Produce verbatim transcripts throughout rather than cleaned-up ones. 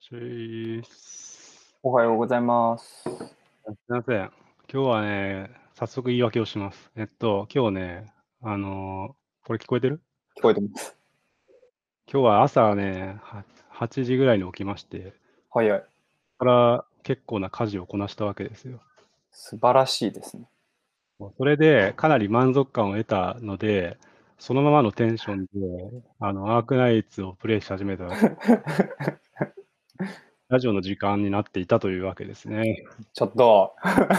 しゅいす。 おはようございます。 あ、すいません。今日はね、早速言い訳をします。えっと、今日ね、あの、これ聞こえてる？ 聞こえてます。 今日は朝ね、ははちじぐらいに起きまして、 早い。 から結構な家事をこなしたわけですよ。 素晴らしいですね。 もうそれでかなり満足感を得たので、そのままのテンションで、あの、アークナイツをプレイし始めたラジオの時間になっていたというわけですね。 ちょっと。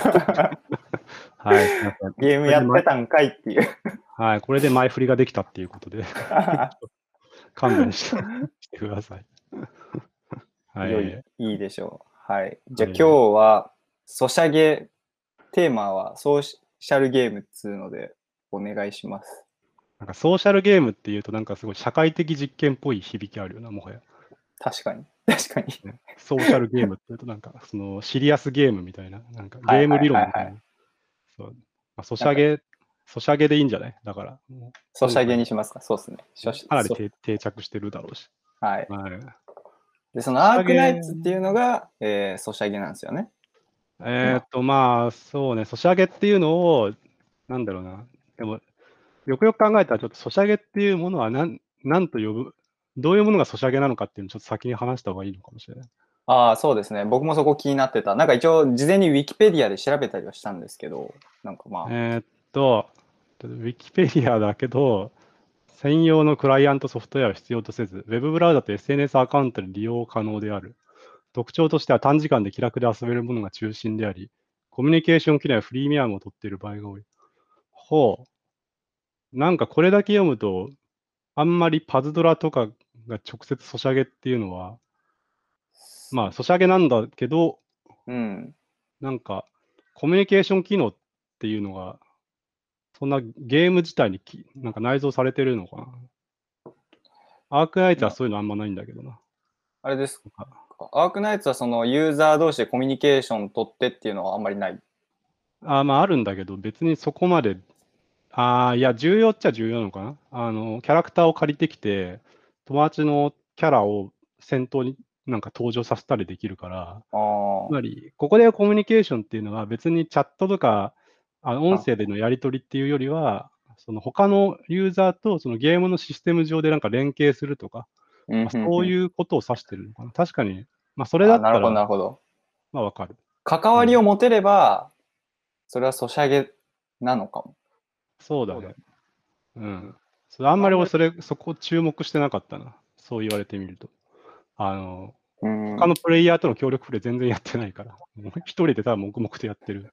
はい、すいません。 ゲームこれでまやってたんかいっていう。 はい、これで前振りができたっていうことで、勘弁ししてください。は良い、 い。 いいでしょう。はい。じゃ、 はい。 今日はソシャゲ、テーマはソーシャルゲームっつうのでお願いします。 なんかソーシャルゲームっていうとなんかすごい社会的実験っぽい響きあるよな、もはや。 確かに、確かに。 ね、ソーシャルゲームっていうとなんかそのシリアスゲームみたいな、なんかはいはいゲーム理論はいはい。 みたいな。そう。ま、ソシなんかャゲソシャゲでいいんじゃない？だから、もうソシャ今回ゲにしますか。そうっすね。しょしかなりそて定着してるだろうし。 はい。 はい。 で、そソシャのアークナイゲツっていうのが、ええ、ソシャゲなんすよね？今。 えっと、まあ、そうね、ソシャゲっていうのを、なんだろうな、でも、よくよく考えたらちょっとソシャゲっていうものはなんなんと呼ぶどういうものがソシャゲなのかっていうのをちょっと先に話した方がいいのかもしれない。 ああ、そうですね。僕もそこ気になってた。なんか一応事前にウィキペディアで調べたりはしたんですけど、なんかまあ、 えっと、ウィキペディアだけど、専用のクライアントソフトウェアを必要とせず、ウェブブラウザと エスエヌエス アカウントで利用可能である。特徴としては短時間で気楽で遊べるものが中心であり、コミュニケーション機能やフリーミアムを取っている場合が多い。ほう。なんかこれだけ読むと、あんまりパズドラとかが直接ソシャゲっていうのは、まあ、ソシャゲなんだけど、 うん。 なんかコミュニケーション機能っていうのが、そんなゲーム自体にきなんか内蔵されてるのかな。アークナイツはなそういうのあんまないんだけどな。 あれですなんかか、アークナイツはそのユーザー同士でコミュニケーション取ってっていうのはあんまりない？ ああ、まあ、あるんだけど、別にそこまで、ああ、いや、重要っちゃ重要なのかな。あの、キャラクターを借りてきて、友達のキャラを戦闘になんか登場させたりできるから、 ああ、 つまり、ここでコミュニケーションっていうのは別にチャットとか、あの、音あ、 声でのやり取りっていうよりは、その他のユーザーとそのゲームのシステム上でなんか連携するとか、 うん、 ま、 ふんふん。 そういうことを指してるのかな。確かに、ま、それだあ、なるほどったら、 なるほど。 ま、分かる。 関わりうん。 を持てれば、それはソシャゲなのかも。 そうだね。うん。それあんまあんまりり俺それそこ注目してなかったな。そう言われてみると。あの、 うーん、 他のプレイヤーとの協力プレイ全然やってないから。もう一人でただ黙々とやってる。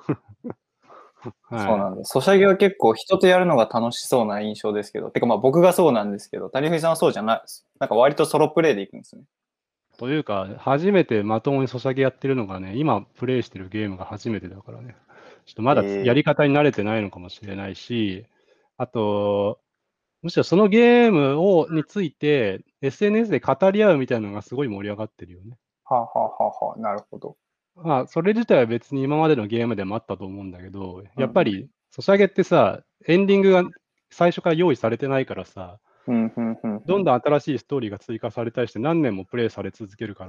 はい。 そうなんだ。ソシャゲは結構人とやるのが楽しそうな印象ですけど、てかまあ僕がそうなんですけど、谷藤さんはそうじゃないす。なんか割とソロプレイでいくんですね。 というか、初めてまともにソシャゲやってるのがね、今プレイしてるゲームが初めてだからね。ちょっとまだつやええ、 り方に慣れてないのかもしれないし、あと、むしろそのゲームをについて エスエヌエス で語り合うみたいなのがすごい盛り上がってるよね。 はあはあはあはあ、なるほど。 まあ、それ自体は別に今までのゲームでもあったと思うんだけど、 うんうん。 やっぱりソシャゲってさ、エンディングが最初から用意されてないからさ、 うん、ふんふんふん。 どんどん新しいストーリーが追加されたりして何年もプレイされ続けるから、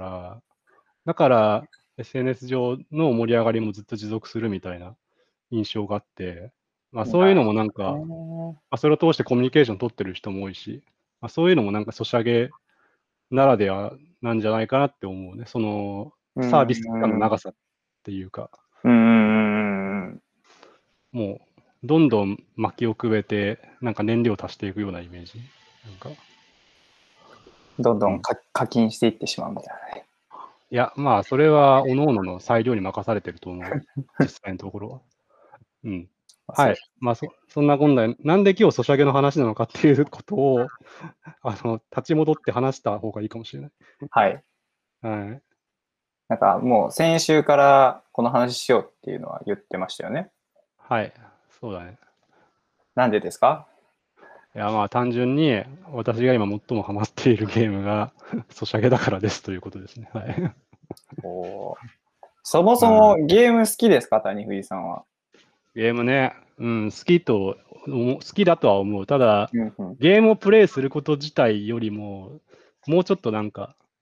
だから エスエヌエス 上の盛り上がりもずっと持続するみたいな印象があって、まあ、そういうのもなるほなんか、 どね。 まあ、それを通してコミュニケーション取ってる人も多いし、まあ、そういうのもなんかソシャゲならではなんじゃないかなって思うね。そのうんサービス期間のうん。 長さっていうか、 うんうんうんうんうん。 もうどんどん薪をくべて、なんか燃料を足していくようなイメージ。なんか、 どんどうん。 んか課金していってしまうみたいなね。 いや、まあ、それは各々の裁量に任されてると思う。実際のところは。うん。 まあ、そう。 はい。まあ、そそんなこんななんで今日ソシャゲの話なのかっていうことを、あの、立ち戻って話した方がいいかもしれない。 はい。 はい。 なんかもう先週からこの話しようっていうのは言ってましたよね。 はい、そうだね。 なんでですか？ いや、まあ、単純に私が今最もハマっているゲームがソシャゲだからですということですね。はい。 おそもそもうん。 ゲーム好きですか？谷藤さんは。 ゲームね、うん、好きとお好きだとは思う。ただ、 うんうん。 ゲームをプレイすること自体よりも、もうちょっとなんか、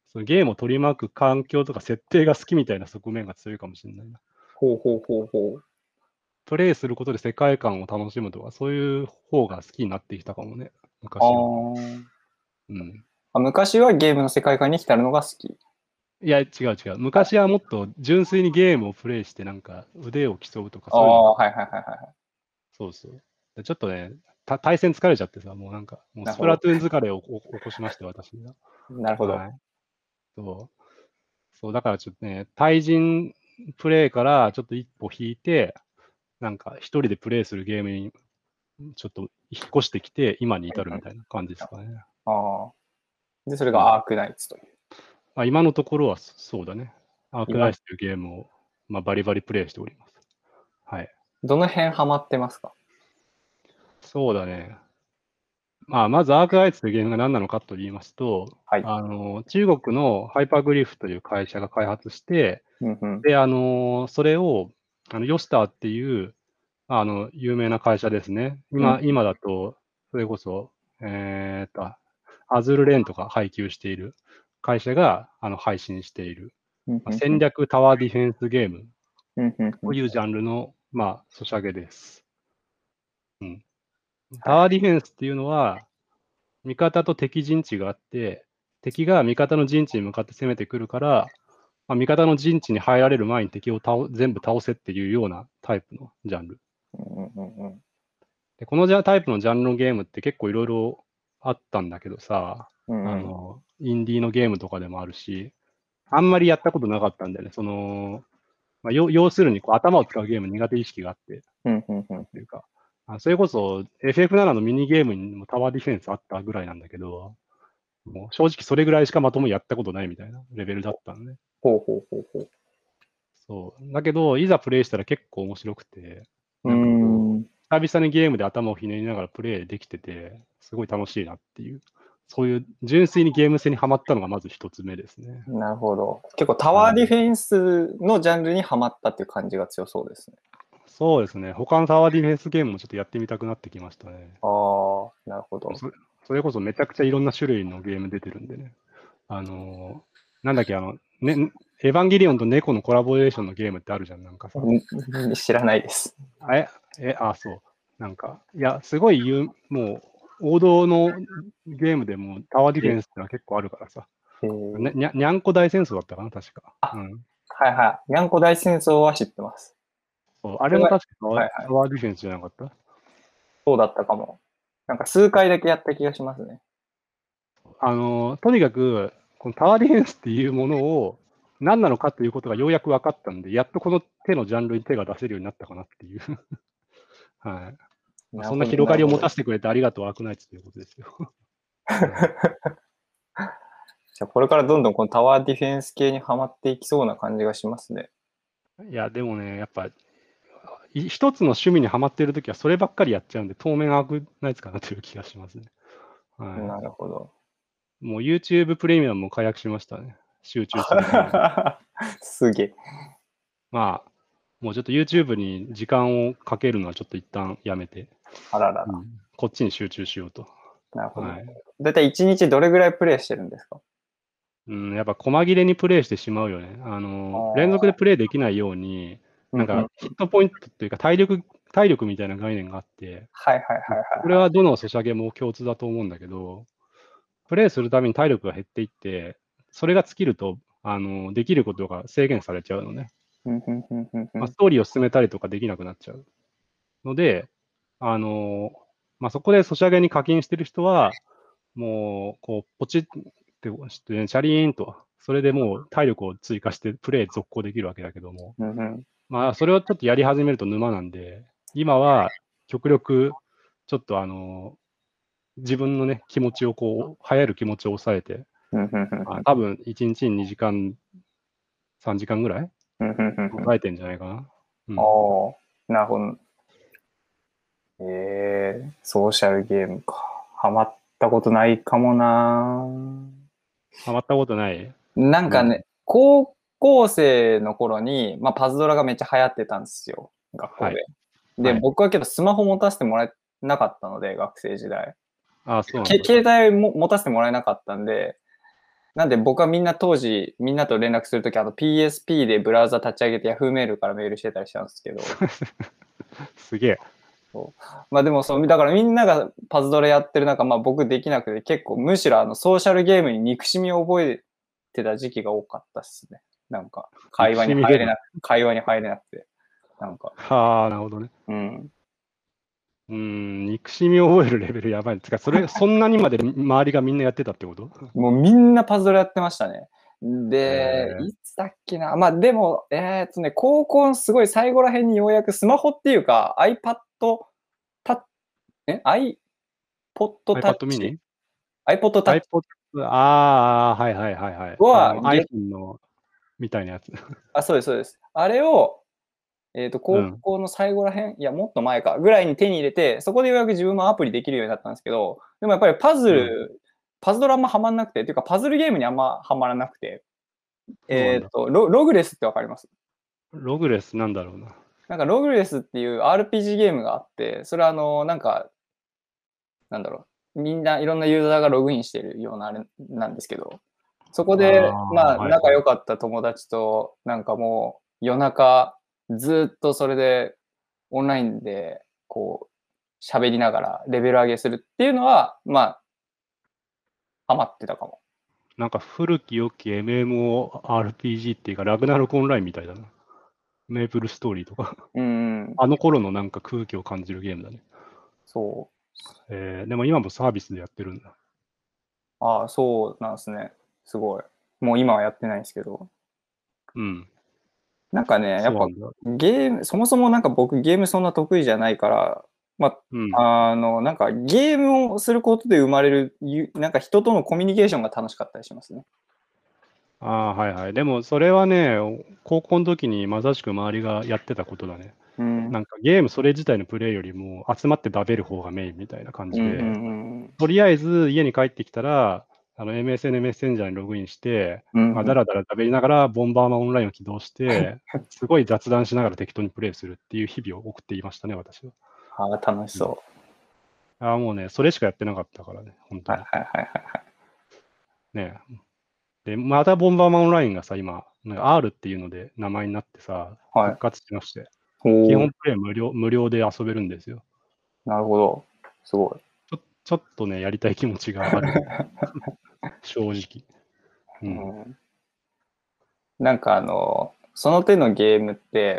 そのゲームを取り巻く環境とか設定が好きみたいな側面が強いかもしれないな。 ほうほうほうほう。 プレイすることで世界観を楽しむとか、そういう方が好きになってきたかもね、昔あは。 ーうん。 あ。昔はゲームの世界観に浸るのが好き。 いや、違う違う。昔はもっと純粋にゲームをプレイして、なんか腕を競うとか、 あそういうの。 あ、はいはいはいはい。 そうそう。でちょっとね、た対戦疲れちゃってさ、もうなんか、もうなるほどスプラトゥーン疲れをお起こしまして、私が。 なるほど。 はい。そう。そう、だからちょっとね、対人プレイからちょっと一歩引いて、なんか一人でプレイするゲームにちょっと引っ越してきて、今に至るみたいな感じですかね。 ああ。で、それがアークナイツという。 まあ、今のところはそそうだね。アークナ今イスというゲームを、まあ、バリバリプレイしております。はい。 どの辺ハマってますか？ そうだね。まあ、まずアークナイツというゲームが何なのかと言いますと、 はい。 あの中国のハイパーグリフという会社が開発して、 うんうんで、あのそれをあのヨスターっていうあの有名な会社ですね。今、 うん今だと、それこそ、えーっと、アズールレーンとか配給している会社があの配信している、まあ、 うんうん戦略タワーディフェンスゲームうんうんうんというジャンルの、まあ、ソシャゲです。うん。タはいワーディフェンスっていうのは、味方と敵陣地があって、敵が味方の陣地に向かって攻めてくるから、まあ、味方の陣地に入られる前に敵を倒全部倒せっていうようなタイプのジャンル。 うんうんうんでこのジャタイプのジャンルのゲームって結構いろいろあったんだけどさ、 うんうんあの、インディーのゲームとかでもあるし、あんまりやったことなかったんだよね。その、まあ、要要するにこう頭を使うゲーム苦手意識があって、 うんうんうんっていうか、あそれこそ エフエフセブン のミニゲームにもタワーディフェンスあったぐらいなんだけど、もう正直それぐらいしかまともにやったことないみたいなレベルだったのね。 ほうほうほうほう。 そう。だけど、いざプレイしたら結構面白くて、 うーなんかこんう、久々にゲームで頭をひねりながらプレイできてて、すごい楽しいなっていう、そういう純粋にゲーム性にはまったのがまず一つ目ですね。 なるほど。結構タワーディフェンスのジャンルにはまったっていう感じが強そうですね。 そうですね。他のタワーディフェンスゲームもちょっとやってみたくなってきましたね。 ああ、なるほど。 そそれこそめちゃくちゃいろんな種類のゲーム出てるんでね。あのーなんだっけ、あの、ね、エヴァンゲリオンと猫のコラボレーションのゲームってあるじゃん、なんかさ。 うん知らないです。 あえ、え、あ、そう。なんか、いや、すごい言う、もう、王道のゲームでもタワーディフェンスってのは結構あるからさ。 えーねにゃにゃんこ大戦争だったかな、確か。うん。 はいはい。にゃんこ大戦争は知ってます。 そうあれも確かタワ,、 はいはいタワーディフェンスじゃなかった。 そうだったかも。なんか数回だけやった気がしますね。 あの、とにかく、このタワーディフェンスっていうものを何なのかということがようやく分かったんで、やっとこの手のジャンルに手が出せるようになったかなっていう。はい。まあ、そんな広がりを持たせてくれてありがとう、アークナイツということですよ。 じゃあこれからどんどんこのタワーディフェンス系にはまっていきそうな感じがしますね。 いや、でもね、やっぱ、い一つの趣味にはまっているときはそればっかりやっちゃうんで、当面アークナイツかなという気がしますね。はなるほど。 い。もう YouTube プレミアムも解約しましたね。集中するために。 すげえ。 まあ、もうちょっと YouTube に時間をかけるのはちょっと一旦やめて、 あららら。 うんこっちに集中しようと。 なるほど。 はい。 だいたいいちにちどれぐらいプレイしてるんですか？ うん、やっぱ細切れにプレイしてしまうよね。あの、 あー連続でプレイできないように、なんうんうんかヒットポイントっていうか体力、体力みたいな概念があって、 はいはいはいはい。 これはどのソシャゲも共通だと思うんだけど、プレイするために体力が減っていって、それが尽きると、あの、できることが制限されちゃうのね。 うんうんうんうんうんまあ、ストーリーを進めたりとかできなくなっちゃうので、あの、まあ、そこでソシャゲに課金してる人は、もう、こう、ポチって押して、ね、チャリーンと、それでもう体力を追加してプレイ続行できるわけだけども、 うんうんまあ、それをちょっとやり始めると沼なんで、今は極力、ちょっとあの、自分のね、気持ちをこう、流行る気持ちを抑えて、 うんうんうんまあ、多分いちにちににじかん、さんじかんぐらいうんうんうんうん抑えてんじゃないかな。うん、 ああ、なるほど。えー、ソーシャルゲームか。ハマったことないかもな。 ハマったことないなんかね、 うん高校生の頃に、まあ、パズドラがめっちゃ流行ってたんですよ、学校で。 はいで、 はい僕はけどスマホ持たせてもらえなかったので、学生時代。 ああ、そうなんけだ。 携帯も持たせてもらえなかったんで、 なんで僕はみんな当時、みんなと連絡するとき、あの ピーエスピー でブラウザ立ち上げて Yahoo メールからメールしてたりしたんですけど。 すげえ。 そうまあでもそう、だからみんながパズドラやってる中、まあ僕できなくて、結構むしろあのソーシャルゲームに憎しみを覚えてた時期が多かったっすね。なんか、会話に入れなく、会話に入れなくて。なんか。 はあ、なるほどね。 うん。 うーん、憎しみを覚えるレベルやばい。つか、それ、そんなにまで周りがみんなやってたってこと？ もうみんなパズドラやってましたね。で、 えーいつだっけな。まあでも、えー、っとね、高校のすごい最後ら辺にようやくスマホっていうか iPad タえ iPod iPad Touch mini？iPod iPod Touch ああ、はいはいはいはい。あのはゲ iPhone のみたいなやつ。 あ、そうです、そうです。あれを、えっ、と、高うん。 校の最後ら辺、いや、もっと前か、ぐらいに手に入れて、そこでようやく自分もアプリできるようになったんですけど、でもやっぱりパズうん。 ル、パズドラあんまハマんなくて、っていうかパズルゲームにあんまハマらなくて、 そうなんだ。 えっ、とロ、ログレスってわかります？ ログレスなんだろうな。 なんかログレスっていう アールピージー ゲームがあって、それはあの、なんか、なんだろう、みんないろんなユーザーがログインしてるようなあれなんですけど、そこあで、 あ、 まあ、 はいはい。 仲良かった友達と、なんかもう、夜中、ずっとそれで、オンラインで、こう、喋りながらレベル上げするっていうのは、まあ、ハマってたかも。 なんか古き良き エムエムオーアールピージー っていうか、ラグナロクオンラインみたいだな。メープルストーリーとか。 うん、 あの頃のなんか空気を感じるゲームだね。 そえー、でも今もサービスでやってるんだ。 う。ああ、そうなんですね。すごい。もう今はやってないんですけど。 うん。 なんかね、やっぱそうなんだ。 ゲーム、そもそもなんか僕ゲームそんな得意じゃないから、まうん。 あ、あの、なんかゲームをすることで生まれる、ゆなんか人とのコミュニケーションが楽しかったりしますね。 ああ、はいはい。でもそれはね、高校の時にまさしく周りがやってたことだね。 うん。 なんかゲームそれ自体のプレイよりも集まって食べる方がメインみたいな感うんうじで、 んうんとりあえず家に帰ってきたら、あの エムエスエヌ メッセンジャーにログインして、まあ、 うんうん。 だらだら食べりながらボンバーマンオンラインを起動して、すごい雑談しながら適当にプレイするっていう日々を送っていましたね、私は。 ああ、楽しうん、 そう。 ああ、もうね、それしかやってなかったからね、本当に。 はいはいはいはいはい。 ね。で、またボンバーマンオンラインがさ、今、なんか R っていうので名前になってさ、 はい。 復活しまして、 おお、 基本プレイ無料無料で遊べるんですよ。 なるほど。すごい。 ちょちょっとね、やりたい気持ちがある、正直。うん。 うん、なんかあの、その手のゲームって、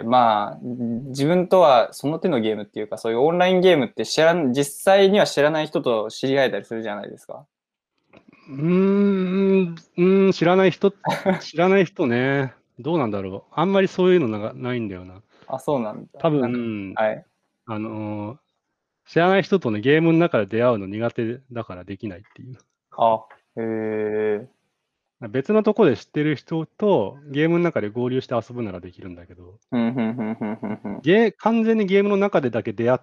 まあ、自分とはその手のゲームっていうか、そういうオンラインゲームって知らん、実際には知らない人と知り合えたりするじゃないですか。 うーん、うーん、知らない人、知らない人ね。どうなんだろう。あんまりそういうのなないんだよな。 あ、そうなんだ。 多なんか、 分、 はい。 あのー知らない人とね、ゲームの中で出会うの苦手だからできないっていう。 あ、へえ。 別のところで知ってる人とゲームの中で合流して遊ぶならできるんだけど、 ふんふんふんふんふんふん。 ゲー完全にゲームの中でだけ出会って、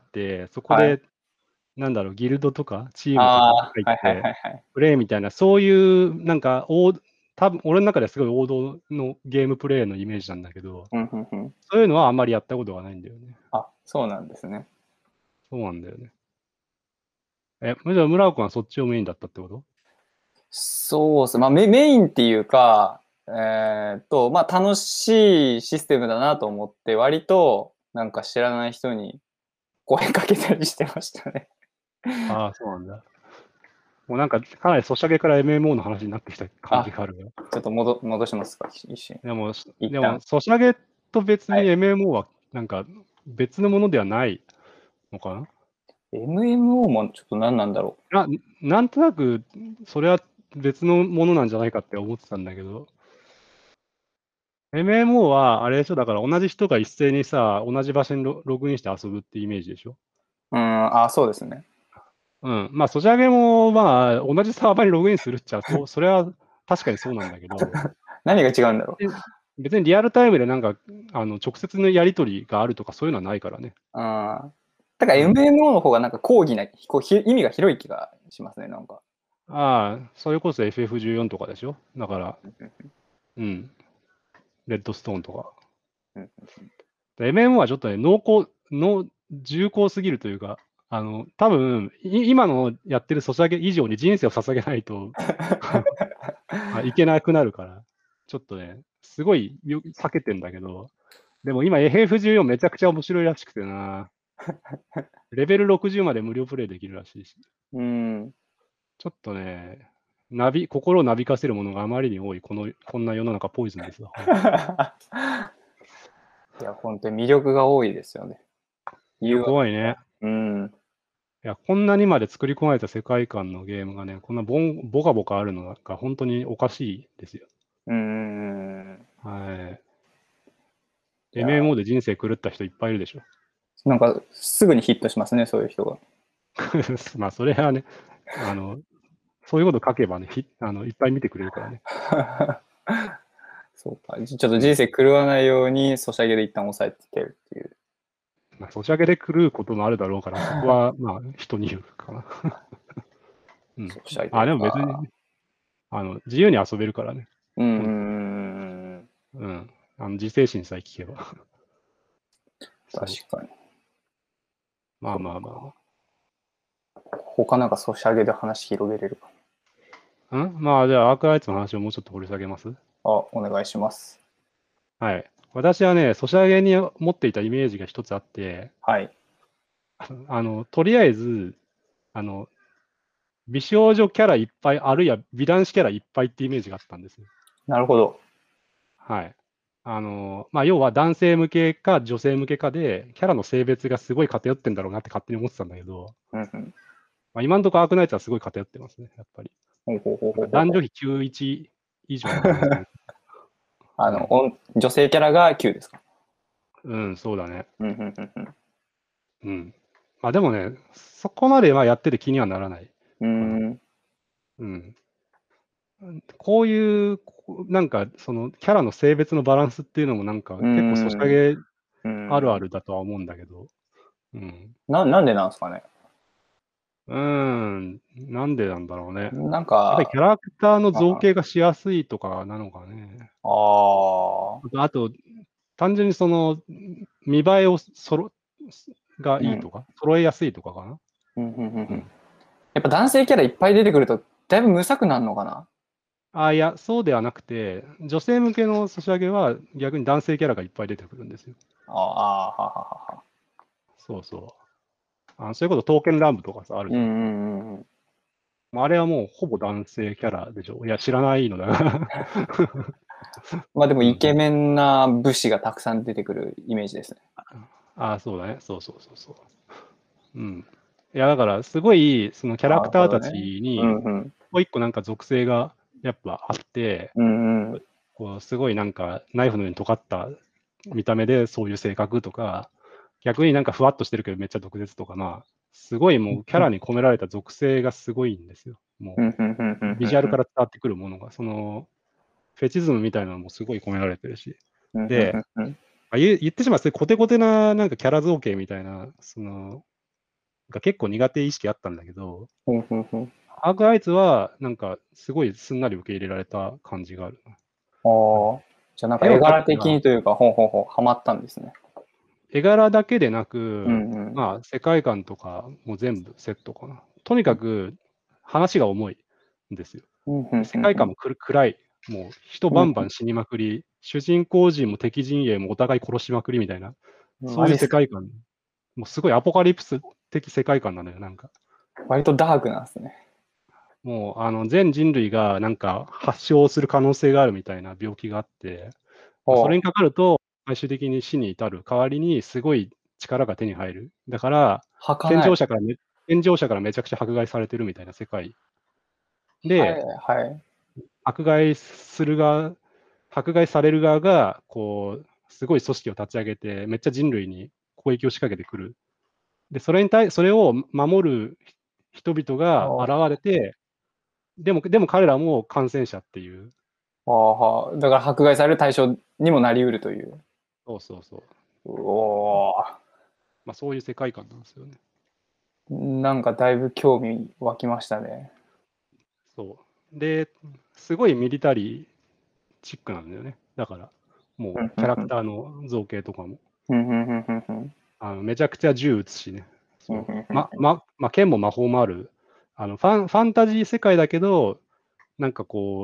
そこはい。 で、なんだろう、ギルドとかチームとかああ、はいはい入って、 はいはい。 プレイみたいな、そういうなんか、お多分俺の中ではすごい王道のゲームプレイのイメージなんだけど、 ふんふんふん。 そういうのはあんまりやったことがないんだよね。 あ、そうなんですね。 そうなんだよね。え、じゃあ村尾君はそっちをメインだったってこと？ そうっす。まあメ、メインっていうか、えーっと、まあ楽しいシステムだなと思って、割となんか知らない人に声かけたりしてましたね。 ああ、そうなんだ。もうなんか、かなりソシャゲから エムエムオー の話になってきた感じあ、 があるよ。 ちょっと戻戻しますか、一瞬。 でも、でも、 一旦。 ソシャゲと別にはい。 エムエムオー はなんか別のものではないのかな？ エムエムオー もちょっと何なんだろな、なんとなく、それは別のものなんじゃないかって思ってたんだけど、エムエムオー はあれでしょ、だから同じ人が一斉にさ、同じ場所にロログインして遊ぶってイメージでしょ？ う。うん、あ、そうですね。 うん。まあ、ソシャゲも、まあ、同じサーバーにログインするっちゃ、そう、それは確かにそうなんだけど、 何が違うんだろで別にリアルタイムでなんか、あの、直接のやり取りがあるとかそういうのはないからね。 う。うん。だからうん。 エムエムオー の方がなんか講義な、こうひ意味が広い気がしますね、なんか。 ああ、それこそ エフエフじゅうよん とかでしょ？だから、うん。レッドストーンとか。 うん、 エムエムオー はちょっとね、濃厚、の重厚すぎるというか、あの、多分い今のやってるソシャゲ以上に人生を捧げないと、ああいけなくなるから、ちょっとね、すごいよ避けてんだけど、でも今 エフエフじゅうよん めちゃくちゃ面白いらしくてな。レベルろくじゅうまで無料プレイできるらしいし、 うん。 ちょっとね、ナビ、心をなびかせるものがあまりに多い、この、こんな世の中ポイズンですわ。 いや、本当に魅力が多いですよね。 いや、怖いね。 うん。 いや、こんなにまで作り込まれた世界観のゲームがね、こんなボンボカボカあるのが本当におかしいですよ。 うん。 はい。 いや、 エムエムオー で人生狂った人いっぱいいるでしょ。 なんかすぐにヒットしますね、そういう人が。 まあ、それはね、あの、そういうこと書けばね、ひあのいっぱい見てくれるからね。 そうか。ちょっと人生狂わないように、ソシャゲで一旦抑えてるっていう。 まあ、ソシャゲで狂うこともあるだろうから、そこは、まあ、人に言うかな。うん。 ソシャゲあ、でも別か。 に、あの、自由に遊べるからね。 うんうんうんうん。 うん。あの自制心さえ聞けば。そう確かに。 まあまあまあま他なんかソシャゲで話広げれるかあ。んまあ、じゃあ、アークライツの話をもうちょっと掘り下げますな。あ、お願いします。 はい。私はね、ソシャゲに持っていたイメージが一つあって、 はい。 あの、とりあえず、あの、美少女キャラいっぱい、あるいは美男子キャラいっぱいってイメージがあったんですよ。 なるほど。 はい。あの、まあ、要は男性向けか女性向けかで、キャラの性別がすごい偏ってんだろうなって勝手に思ってたんだけど、 うんうん。 まあ、今のところアークナイツはすごい偏ってますね、やっぱり。 ほうほうほうほうほう男女比きゅういち以上の可能性。 あの、おん女性キャラがきゅうですか？ うん、そうだね。 うんうんうんうん。 うん。まあでもね、そこまではやってて気にはならないうーかな。 ん。 うん。こういう、こうなんか、そのキャラの性別のバランスっていうのもなんかうー結構ソシャん。 ゲうーん。 あるあるだとは思うんだけど、うん。 な、なんでなんですかね。 うーん、なんでなんだろうね。 なんやっぱりか、 キャラクターの造あ形がしやすいとかなのかね。 あー、 あと、あと単純にその見栄えをそろがうん。 いいとか、揃えやすいとかかな。 うんうんうんうん。 うん。 やっぱ男性キャラいっぱい出てくると、だいぶむさくなるのかな。 あ、いや、そうではなくて、女性向けのソシャゲは逆に男性キャラがいっぱい出てくるんですよ。 ああ、はははは。 そうそう。あ、それこそ刀剣乱舞とかさ、あるじゃん。 うんうんうんうん。 まああれはもうほぼ男性キャラでしょ。いや、知らないのだが。 まあでもうんうん、 イケメンな武士がたくさん出てくるイメージですね。 ああ、そうだね。そうそうそうそう。うん。いや、だから、すごい、そのキャラなるクターたほどね。 ちに、 うんうん。 もう一個なんか属性がやっぱあって、 うんうん。 こう、すごいなんか、ナイフのように尖った見た目でそういう性格とか、逆になんかふわっとしてるけどめっちゃ毒舌とかな、すごいもうキャラに込められた属性がすごいんですよ。もうんうんうんうう、 んビジュアルから伝わってくるものが、その、フェチズムみたいなのもすごい込められてるし。 うんうんで、 うんうん。 あ言言ってしまうと、コテコテななんかキャラ造形みたいな、その、が結構苦手意識あったんだけど、 うんうんうん。 アークアイツはなんかすごいすんなり受け入れられた感じがあるな。はい、 ああ。じゃあなんか絵を絵柄描くのが、 的にというか、ほうほうほう、ハマったんですね。 絵柄だけでなうく、 んうん。 まあ世界観とかも全部セットかな。とにかく話が重いんですよ。 うんうん世界うん観もくる暗い。もう人うん。 バンバン死にまくり、主人公陣も敵陣営もお互い殺しまくりみたいな、 うん。 そういうマジっすか。 世界観。もうすごいアポカリプス的世界観なのよ、なんか。 割とダークなんですね。 もう、あの、全人類がなんか発症する可能性があるみたいな病気があって、まあ、それほにかかると、最終的に死に至る代わりに、すごい力が手に入る。だから、 う。儚い。 健常者からめ、健常者からめちゃくちゃ迫害されてるみたいな世界。 はいで、 はい。 迫害する側、迫害される側が、こう、すごい組織を立ち上げて、めっちゃ人類に攻撃を仕掛けてくる。で、それに対、それを守る人々があ現れて、でも、でも彼らも感染者っていう、 あ、はあ。だから迫害される対象にもなりうるという。 そうそうそう。 うおまあ、そういう世界観なんですよね。 ー。なんかだいぶ興味湧きましたね。 そう。で、すごいミリタリーチックなんだよね。だから、もうんうキャラクうんうん。 ターの造形とかも。 うんうんうんうんうん。 あのめちゃくちゃ銃撃つしね。 うんうそう。 んうん。 ま、ま、まあ、剣も魔法もある。あのファン、ファンタジー世界だけど、なんかこう、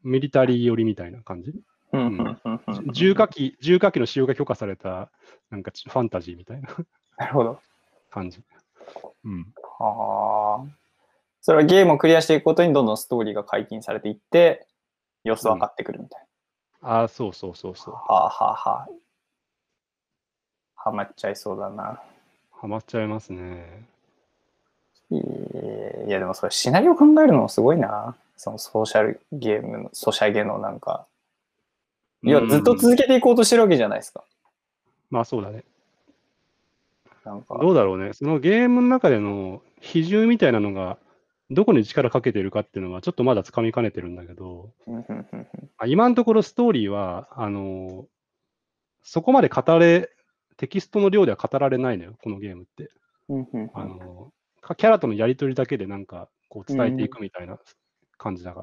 ミリタリー寄りみたいな感じ。 ううんん、重火器、重火器の使用が許可された、なんかファンタジーみたいななるほど。 感じ。うん。 はあ。それはゲームをクリアしていくことにどんどんストーリーが解禁されていって、様子分かってくるみたいな。うん、ああ、そうそうそうそう。 はあはあはあ。はまっちゃいそうだな。 はまっちゃいますね。 いや、でもそれシナリオ考えるのもすごいな。そのソーシャルゲームの、ソシャゲのなんか。いや、ずっと続けていこうとしてるわけじゃないですか。 まあそうだね。 なんか。 どうだろうね。そのゲームの中での比重みたいなのが、どこに力かけてるかっていうのは、ちょっとまだつかみかねてるんだけど、今のところストーリーは、あの、そこまで語れ、テキストの量では語られないのよ、このゲームって。あの、キャラとのやりとりだけでなんか、こう伝えていくみたいな感じだから。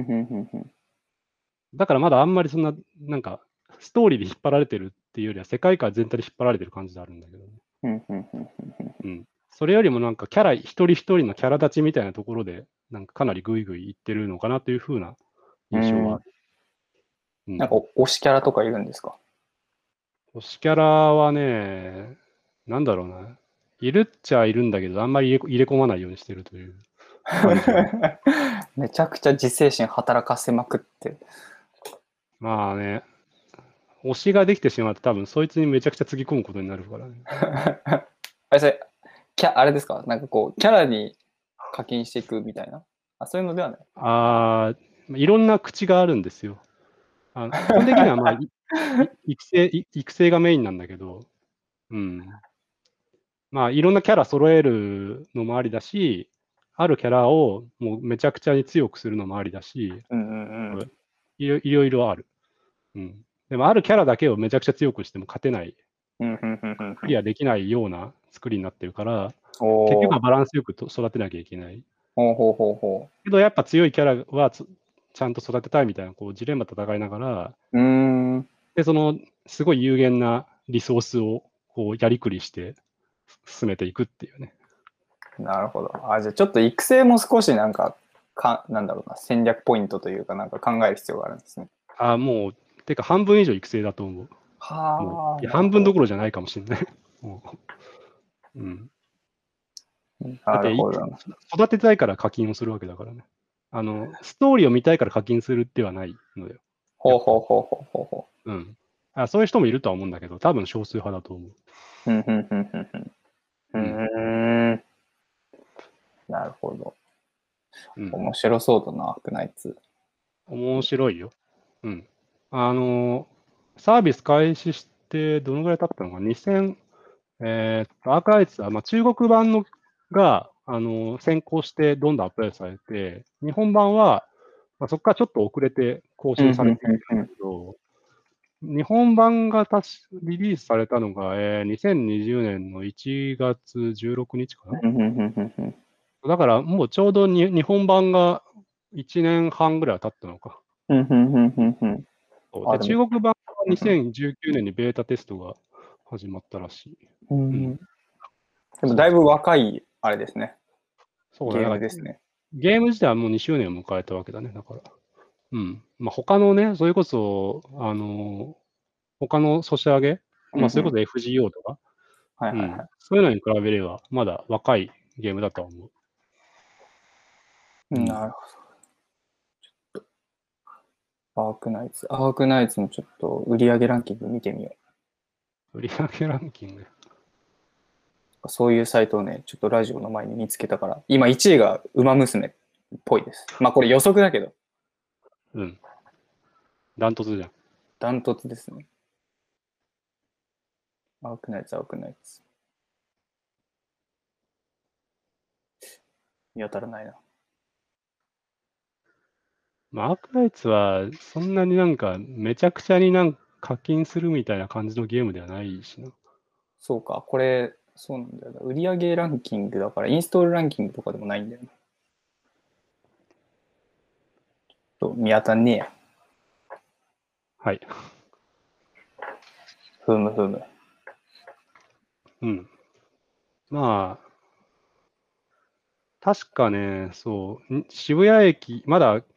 だからまだあんまりそんな、なんか、ストーリーで引っ張られてるっていうよりは、世界観全体で引っ張られてる感じであるんだけどね。うん。それよりもなんか、キャラ、一人一人のキャラ立ちみたいなところで、なんかかなりグイグイいってるのかなというふうな印象はある。 うん、なんか、推しキャラとかいるんですか？ 推しキャラはね、なんだろうな。いるっちゃいるんだけど、あんまり入れ入れ込まないようにしてるという感じ。 めちゃくちゃ自制心働かせまくって。 まあね、推しができてしまって多分そいつにめちゃくちゃつぎ込むことになるからね。 あれ、それ、キャ、あれですか？なんかこう、キャラに課金していくみたいな。あ、そういうのではない。 ああ、いろんな口があるんですよ。あ基本的にはまあ、育成、育成がメインなんだけど、うん。まあ、いろんなキャラ揃えるのもありだし、あるキャラをもうめちゃくちゃに強くするのもありだし、 うんうんうん、 いろいろいろある。うん。でも、あるキャラだけをめちゃくちゃ強くしても勝てない、クリアできないような作りになってるから、結局はバランスよくと育てなきゃいけない。 ほうほうほうほう。 けど、やっぱ強いキャラはちゃんと育てたいみたいな、こう、ジレンマ戦いながら、 うーん。 で、その、すごい有限なリソースを、こう、やりくりして進めていくっていうね。 なるほど。あ、じゃあちょっと育成も少しなんか、か、なんだろうな、戦略ポイントというか、なんか考える必要があるんですね。 あ、もう、てか半分以上育成だと思う。 はあ。 いや半分どころじゃないかもしれない。うん。だって、育てたいから課金をするわけだからね。あの、ストーリーを見たいから課金するってはないのよ。 ほうほうほうほうほうほう。うん。あ、そういう人もいるとは思うんだけど、多分少数派だと思う。 うん、うん、うん、うん。うん。なるほど。うん、面白そうだな、アークナイツ。 面白いよ。うん。あの、サービス開始してどのぐらい経ったのか、にせん、えー、っと、アークナイツは、まあ、中国版のが、あの、先行してどんどんアップデートされて、日本版は、まあ、そこからちょっと遅れて更新されているんだけど、日本版がたしリリースされたのが、えー、にせんにじゅうねんのいちがつじゅうろくにちかな。だからもうちょうどに日本版がいちねんはんぐらい経ったのか。で中国版はにせんじゅうきゅうねんにベータテストが始まったらしい。 うん、でもだいぶ若いあれですね。そうゲームですね。 ゲーム自体はもうにしゅうねんを迎えたわけだね、だから。うん。まあ、他のね、それこそ、あの、他のソシャゲ、まあ、それこそ エフジーオー とか、そういうのに比べれば、まだ若いゲームだとは思う。 うん、なるほど。ちょっと、アークナイツ。アークナイツのちょっと売上ランキング見てみよう。売上ランキングそういうサイトをね、ちょっとラジオの前に見つけたから、今いちいがウマ娘っぽいです。まあこれ予測だけど。 うん。ダントツじゃん。 ダントツですね。アークナイツ、アークナイツ。見当たらないな。 まあ、アークナイツは、そんなになんか、めちゃくちゃになんか課金するみたいな感じのゲームではないしな。 そうか、これ、そうなんだよな。売上ランキングだから、インストールランキングとかでもないんだよな。と見当たんねえや。 はい。 ふむふむ。 うん。まあ、確かね、そう、渋谷駅、まだ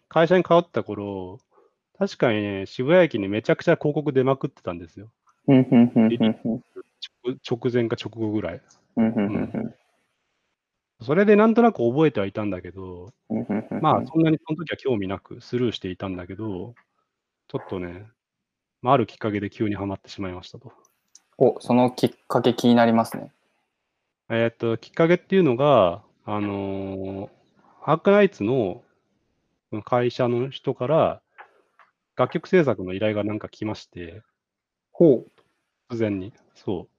会社に通った頃、確かにね、渋谷駅にめちゃくちゃ広告出まくってたんですよ。 うんうんうんリリーうんうんス直直前か直後ぐらい。 うんうんうん。 うんそれでなんとなく覚えてはいたんだけど、 うんうんうんまあ、 うんそんなにその時は興味なくスルーしていたんだけど、ちょっとね、まあ、あるきっかけで急にはまってしまいましたと。 お、そのきっかけ気になりますね。 えーっと、きっかけっていうのが、あのーアークナイツの会社の人から楽曲制作の依頼がなんか来まして、 ほう。 突然に。そう。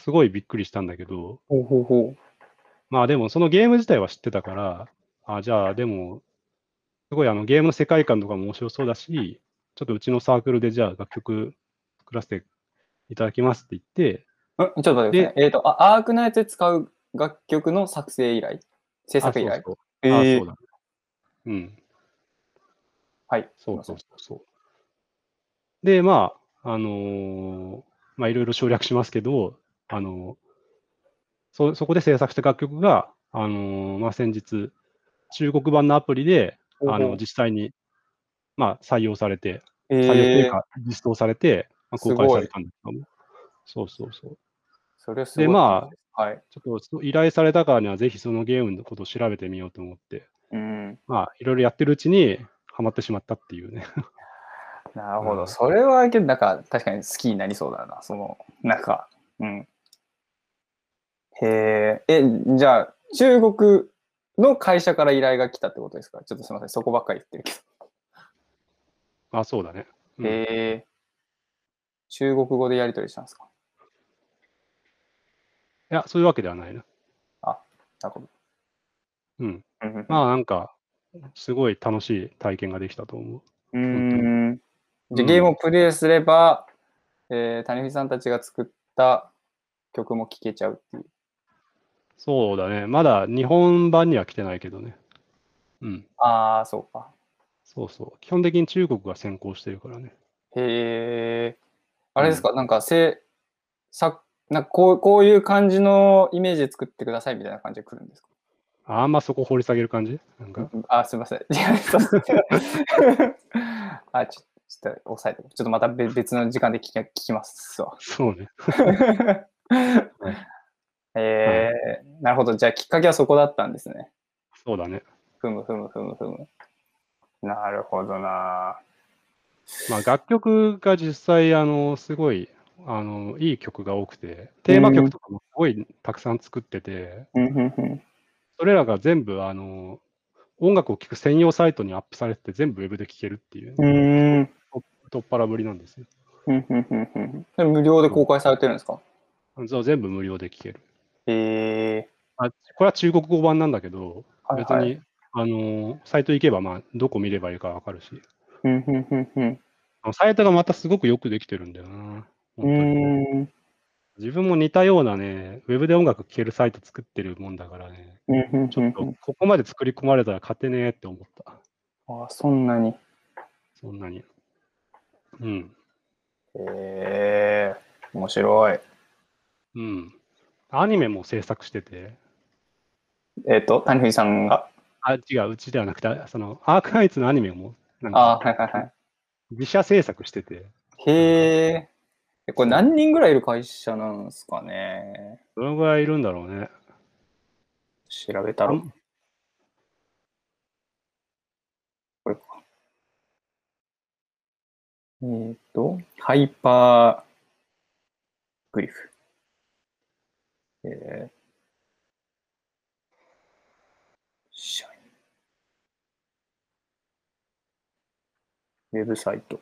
すごいびっくりしたんだけど、 ほうほうほまあでもそのゲーム自体は知ってたから、あ、じゃあでも、すごいあのゲームの世界観とかも面白そうだし、ちょっとうちのサークルでじゃあ楽曲作らせていただきますって言って、 う。んちょっと待ってくださいで、 ね。えっ、と、あ、アークナイトで使う楽曲の作成依頼制あ、 作依頼そうそう。あ、 ええー、 そうだ。うん。 はい、すいそうません。 そうそうそう。で、まあ、あのーまあいろいろ省略しますけど、あのーそ、そこで制作した楽曲が、あのーまあ先日、中国版のアプリで、あの、 ほうほ実際に、まあ採用されて、 う。 採用というええー、 か実装されて、まあ、公すごい。 開されたんですけども。そうそうそう。 それはすで、 ごい話まあ、 です。はい。 ちょっと依頼されたからには、ぜひそのゲームのことを調べてみようと思って、 うん。 まあ、いろいろやってるうちに、ハマってしまったっていうね。 なるほど。 うん、 それは、けど、なんか、確かに好きになりそうだな。その、なんか、うん。へえ、え、じゃあ、中国の会社から依頼が来たってことですか？ちょっとすみません。そこばっかり言ってるけあ、そうだね。うど。 ん。 へえ、中国語でやり取りしたんですか？ いや、そういうわけではないな。 あ、なるほど。 うん。 うんうんまあ、なんか、すごい楽しい体験ができたと思う。 う本当に。 ん。うーん。じゃあ、ゲームをうん。 プレイすれば、えー、谷口さんたちが作った曲も聴けちゃうっていう。 そうだね。まだ日本版には来てないけどね。うん。 ああ、そうか。 そうそう。基本的に中国が先行してるからね。 へえ。あうん。 れですか、なんか、せさ、なんかこう、こういう感じのイメージで作ってくださいみたいな感じで来るんですか？ あんまそこ掘り下げる感じなんか。 うんうんあ、すみません。いや、そうあ、ちょちょっと抑えて、ちょっとまた別別の時間で聞き聞きますわ。 そうね。はい。はい。 えー、なるほど。じゃあ、きっかけはそこだったんですね。 そうだね。 ふむふむふむふむ。なるほどな。 まあ、楽曲が実際、あの、すごい、あの、いい曲が多くて、 うん、うん、 テーマ曲とかもすごいたくさん作ってて、 うん、うん。 それらが全部、あの、音楽を聴く専用サイトにアップされてて、全部ウェブで聴けるっていううね、 ーん、 と太っ腹ぶりなんですよ。 うん、うん、うん、うん。それ無料で公開されてるんですか？ うん。そう、全部無料で聴ける。 えー、 あ、これは中国語版なんだけど、 はいはい。 別に、あの、サイト行けば、まあ、どこ見ればいいかわかるし、 うん、うん、うん、うん。 あのサイトがまたすごくよくできてるんだよな、 うー本当に。 ん、 自分も似たようなね、ウェブで音楽聴けるサイト作ってるもんだからね、 うん、うん、うん、 ちょっとうん。 ここまで作り込まれたら勝てねえって思った。 あ、そんなに。 そんなに。うん。 えー、面白い。 うん。アニメも制作してて、 えっ、と、谷藤さんがあ、違う、うちではなくて、その、アークナイツのアニメも、なんか、 あ、はいはいはい。 自社制作してて、なんか、 へえ。これそう。 何人ぐらいいる会社なんですかね。 どのぐらいいるんだろうね。 調べたろ。 あんこれか。えっ、と、ハイパーグリフ。えー、社員ウェブサイト。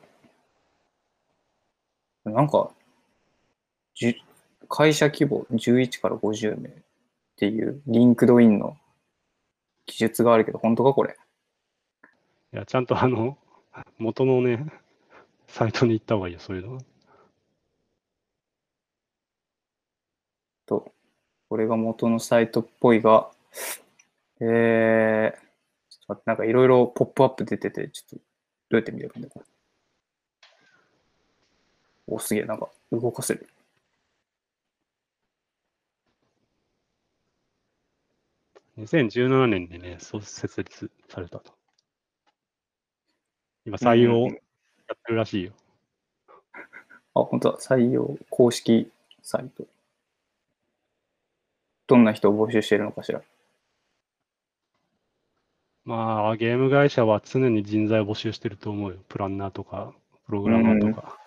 なんか、じゅ会社規模じゅういちからごじゅうめいっていうリンクドインの記述があるけど、本当かこれ。 いや、ちゃんとあの、元のね、サイトに行った方がいいよ、そういうのは。 と、これが元のサイトっぽいが、えー、ちょっと待って、なんかいろいろポップアップ出てて、ちょっとどうやって見ればいいんだこれ。お、すげえ、なんか動かせる。 にせんじゅうななねんにね、そう設立されたと。 今採用うんやってるらしいよ。 あ、本当だ。採用公式サイト。どんな人を募集してるのかしら。 まあ、ゲーム会社は常に人材を募集してると思うよ。プランナーとか、プログうラマーとん。 か。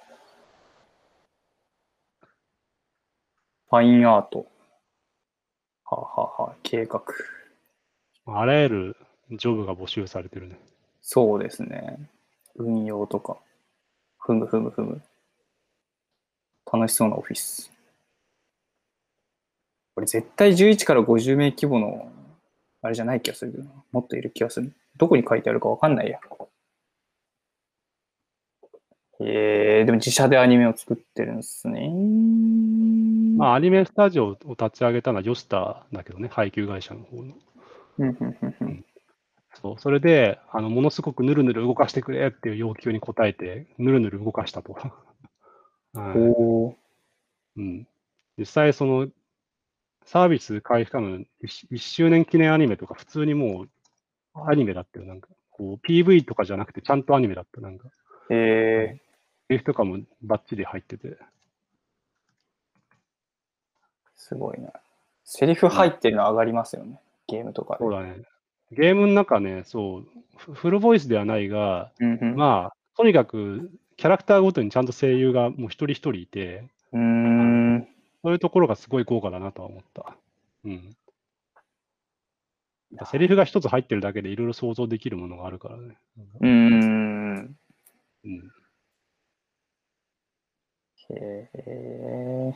ファインアート。はあ、はあはあ、計画。 あらゆるジョブが募集されてるね。 そうですね。運用とか。ふむふむふむ。楽しそうなオフィス。これ絶対じゅういちからごじゅう名規模の、あれじゃない気がするけどな。もっといる気がする。どこに書いてあるかわかんないや。えー、でも自社でアニメを作ってるんですね。 まあ、アニメスタジオを立ち上げたのはヨシタだけどね、配給会社の方の。 うんうんうんうん。 そう、それで、あの、ものすごくぬるぬる動かしてくれっていう要求に応えて、ぬるぬる動かしたと。はい。 おー。 うん。実際、その、サービス開始からのいっしゅうねん記念アニメとか、普通にもうアニメだったよ。なんか、こう、ピーブイ とかじゃなくて、ちゃんとアニメだった。なんか、はい。 えー、 セリフとかもバッチリ入ってて。 すごいな。セリフうん。 入ってるの上がりますよね。ゲームとかで。 そうだね。ゲームの中ね、そう、フフルボイスではないが、 うんまあ、とにかく、キャラクターごとにちゃんと声優がもう一人一人いて、 うん。 あの、 うーん。 そういうところがすごい豪華だなとは思った。うん。やっぱセリフが一つ入ってるだけでいろいろ想像できるものがあるからね。 うーん。 うん。 へえ。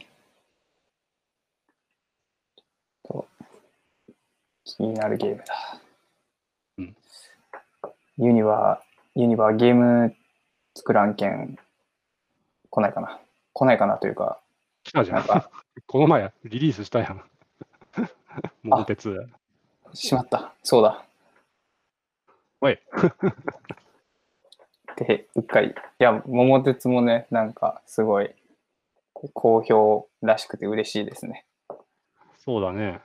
と、気になるゲームだ。 うん。 ユニバー、ユニバーゲーム作る案件来ないかな。来ないかなというか、 来たじゃん。 なんか、 この前リリースしたやん。桃あ、 鉄。 しまった。そうだ。 おい。 で、うっかり。いや、桃鉄もね、なんか、すごい、好評らしくて嬉しいですね。 そうだね。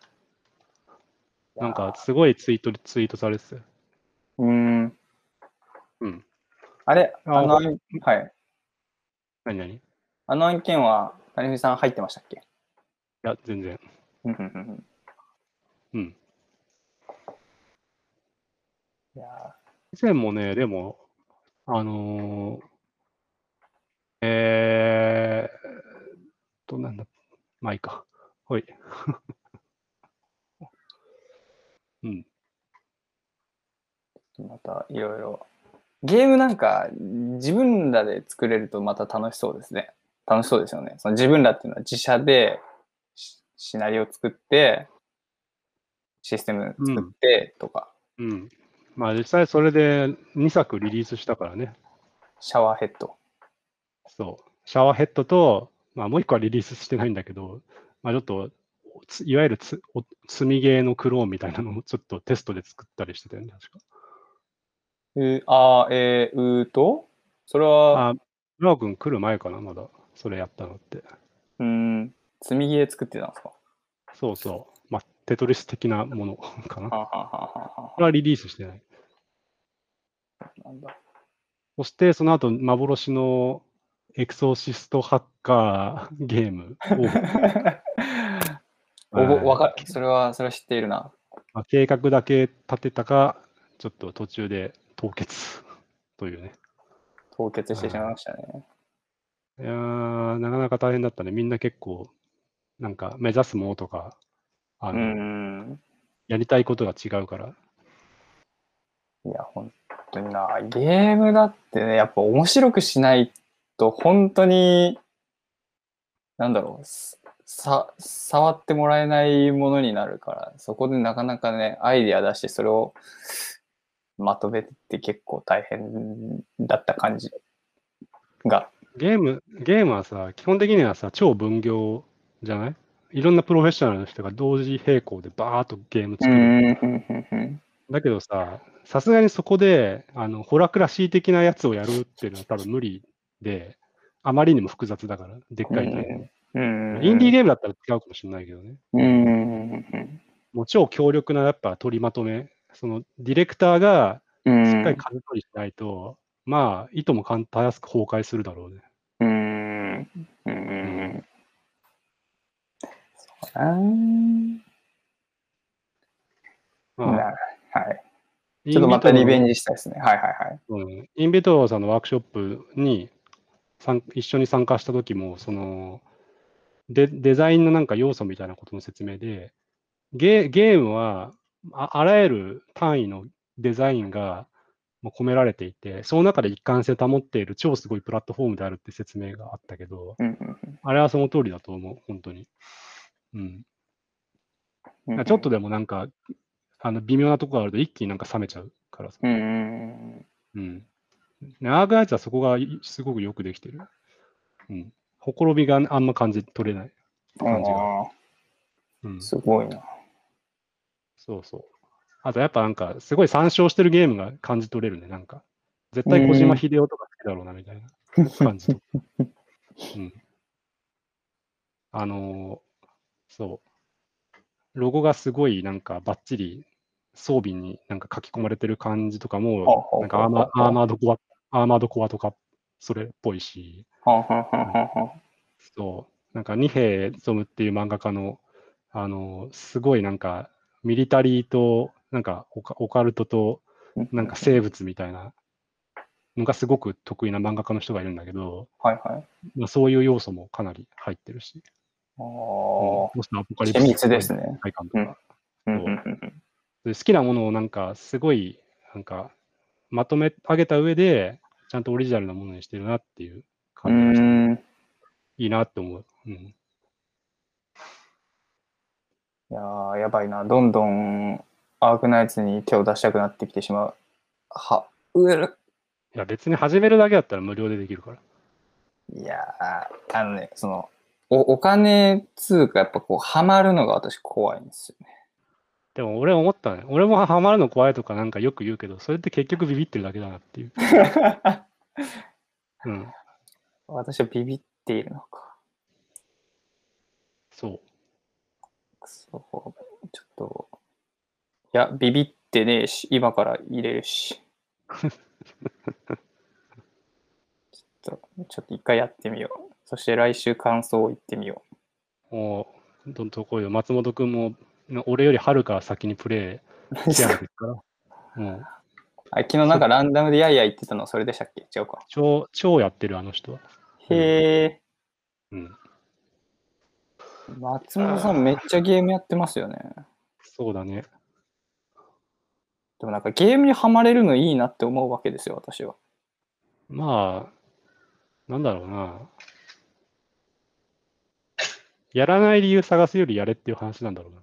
いやなんか、すごいツイート、ツイートされてたよ。 ーうーん。 うん。 あれ、ああ、 の、 ほ、 はい。 なになにいあの案件は、谷藤さん入ってましたっけ？ や、全然。 うんうんうんうん。 うん。 いや以前もね、でも、あのー、えーっと、なんだ、まあいいか。ほい。うん。 ーまたいろいろ。ゲームなんか、自分らで作れるとまた楽しそうですね。楽しそうですよね。その自分らっていうのは自社でシシナリオ作って、システム作っうん。 てとか、 うん。まあ実際それでにさくリリースしたからね。 シャワーヘッド。 そう。シャワーヘッドと、まあもう一個はリリースしてないんだけど、まあちょっと、ついわゆるつお積みゲーのクローンみたいなのをちょっとテストで作ったりしてたよね、確か。 えー、あー、えー、うーと、それは、 あ、ラオ君来る前かな、まだ。それやったのって。 うーん、積みゲー作ってたんですか？ そうそう。まあ、テトリス的なものかな。 はんはんはんはんはんはこれはリリースしてない。 ん。なんだ。 そしてその後、幻のエクソシストハッカーゲームを、 おぼ、わはい、 か、それは、それは知っているな。 まあ、計画だけ立てたか、ちょっと途中で凍結というね。 凍結してしまいはましたね。 い、いやー、なかなか大変だったね。みんな結構、なんか目指すものとか、あうーの、 ん。 やりたいことが違うから。 いや、本当にな。ゲームだってね、やっぱ面白くしないと、本当に、なんだろう、さ、触ってもらえないものになるから、そこでなかなかね、アイディア出して、それをまとめてって結構大変だった感じが。 ゲーム、ゲームはさ、基本的にはさ、超分業じゃないいろんなプロフェッショナルの人が同時並行でバーっとゲームうー作るの。 ん、ふんふんふん。 だけどさ、さすがにそこで、あの、ホラクラシー的なやつをやるっていうのは多分無理で、あまりにも複雑だから、でっうかいゲーム。 ん、うん、 インディーうん、 ゲームだったら違うかもしれないけどね。 ううん。 ん、 もう超強力なやっぱ取りまとめ、そのディレクターがうしっかりん、 舵取りしないと、 まあ、いとも簡単やすく崩壊するだろうね。 うーん。うーん。そうだな。 まなあ、 はい。ちイょっとまたンビトロの、 リベンジしたいですね。はいはいはい。 うん、インビトロさんのワークショップに参一緒に参加した時も、そのデ、デザインのなんか要素みたいなことの説明で、ゲゲームはああらゆる単位のデザインがもう込められていて、その中で一貫性を保っている超すごいプラットフォームであるって説明があったけど、 うんうんあれはその通りだと思う、本当に。うん。 うんうんちょっとでもなんか、あの微妙なところがあると一気になんか冷めちゃうからさ。 うんうんうん。アークナイツはそこがいすごくよくできてる。うん。ほころびがあんま感じ取れない感じが。 ああ、 うん。 すごいな。 そうそう。あとやっぱなんか、すごい参照してるゲームが感じ取れるね。なんか、絶う対小島ん。 秀夫とか好きだろうなみたいな感じとか。うん。あのーそう。ロゴがすごいなんかバッチリ装備になんか書き込まれてる感じとかも、 ほうほうなんかアーマー、 ほうほうほう。 アーマードコア、アーマードコアとかそれっぽいし、 はんはんはんうん、 はんはん。 そう。なんか二瓶勉っていう漫画家の、あのーすごいなんかミリタリーとなんかオカオカルトとなんか生物みたいなのがすごく得意な漫画家の人がいるんだけど、 はいはい。 まあ、そういう要素もかなり入ってるし、 あうん、 あ、 ポストアポカリプ緻密スっぽいですね。 世界観とうん。 か、 うんうんうそんうで好きなものをなんかすごいなんかまとめ上げた上で、ちゃんとオリジナルなものにしてるなっていう感じがして、 うん。うーん。 いいなって思う。うん、 いやー、やばいな。どんどんアークナイツに手を出したくなってきてしまう。は、うえる。 いや別に始めるだけだったら無料でできるから。 いやー、あのね、その、お、お金つうか、やっぱこう、ハマるのが私怖いんですよね。 でも俺思ったね。俺もハマるの怖いとかなんかよく言うけど、それって結局ビビってるだけだなっていう。うん。 私はビビっているのか。 そう。 そう、ちょっと、いや、ビビってねえし、今から入れるし。ちょっと、ちょっと一回やってみよう。そして来週感想を言ってみよもう、どんとこいよ。松本君も、俺よりはるか先にプレう。 イシェアですから。もう、 あ、昨日なんかランダムでやいや言ってたのそれでしたっけ？違うか。 超、超やってる、あの人は。うん。 へえ。 うん。 松本さんめっちゃゲームやってますよね。 そうだね。 でもなんかゲームにはまれるのいいなって思うわけですよ、私は。 まあ、なんだろうな。やらない理由探すよりやれっていう話なんだろうな。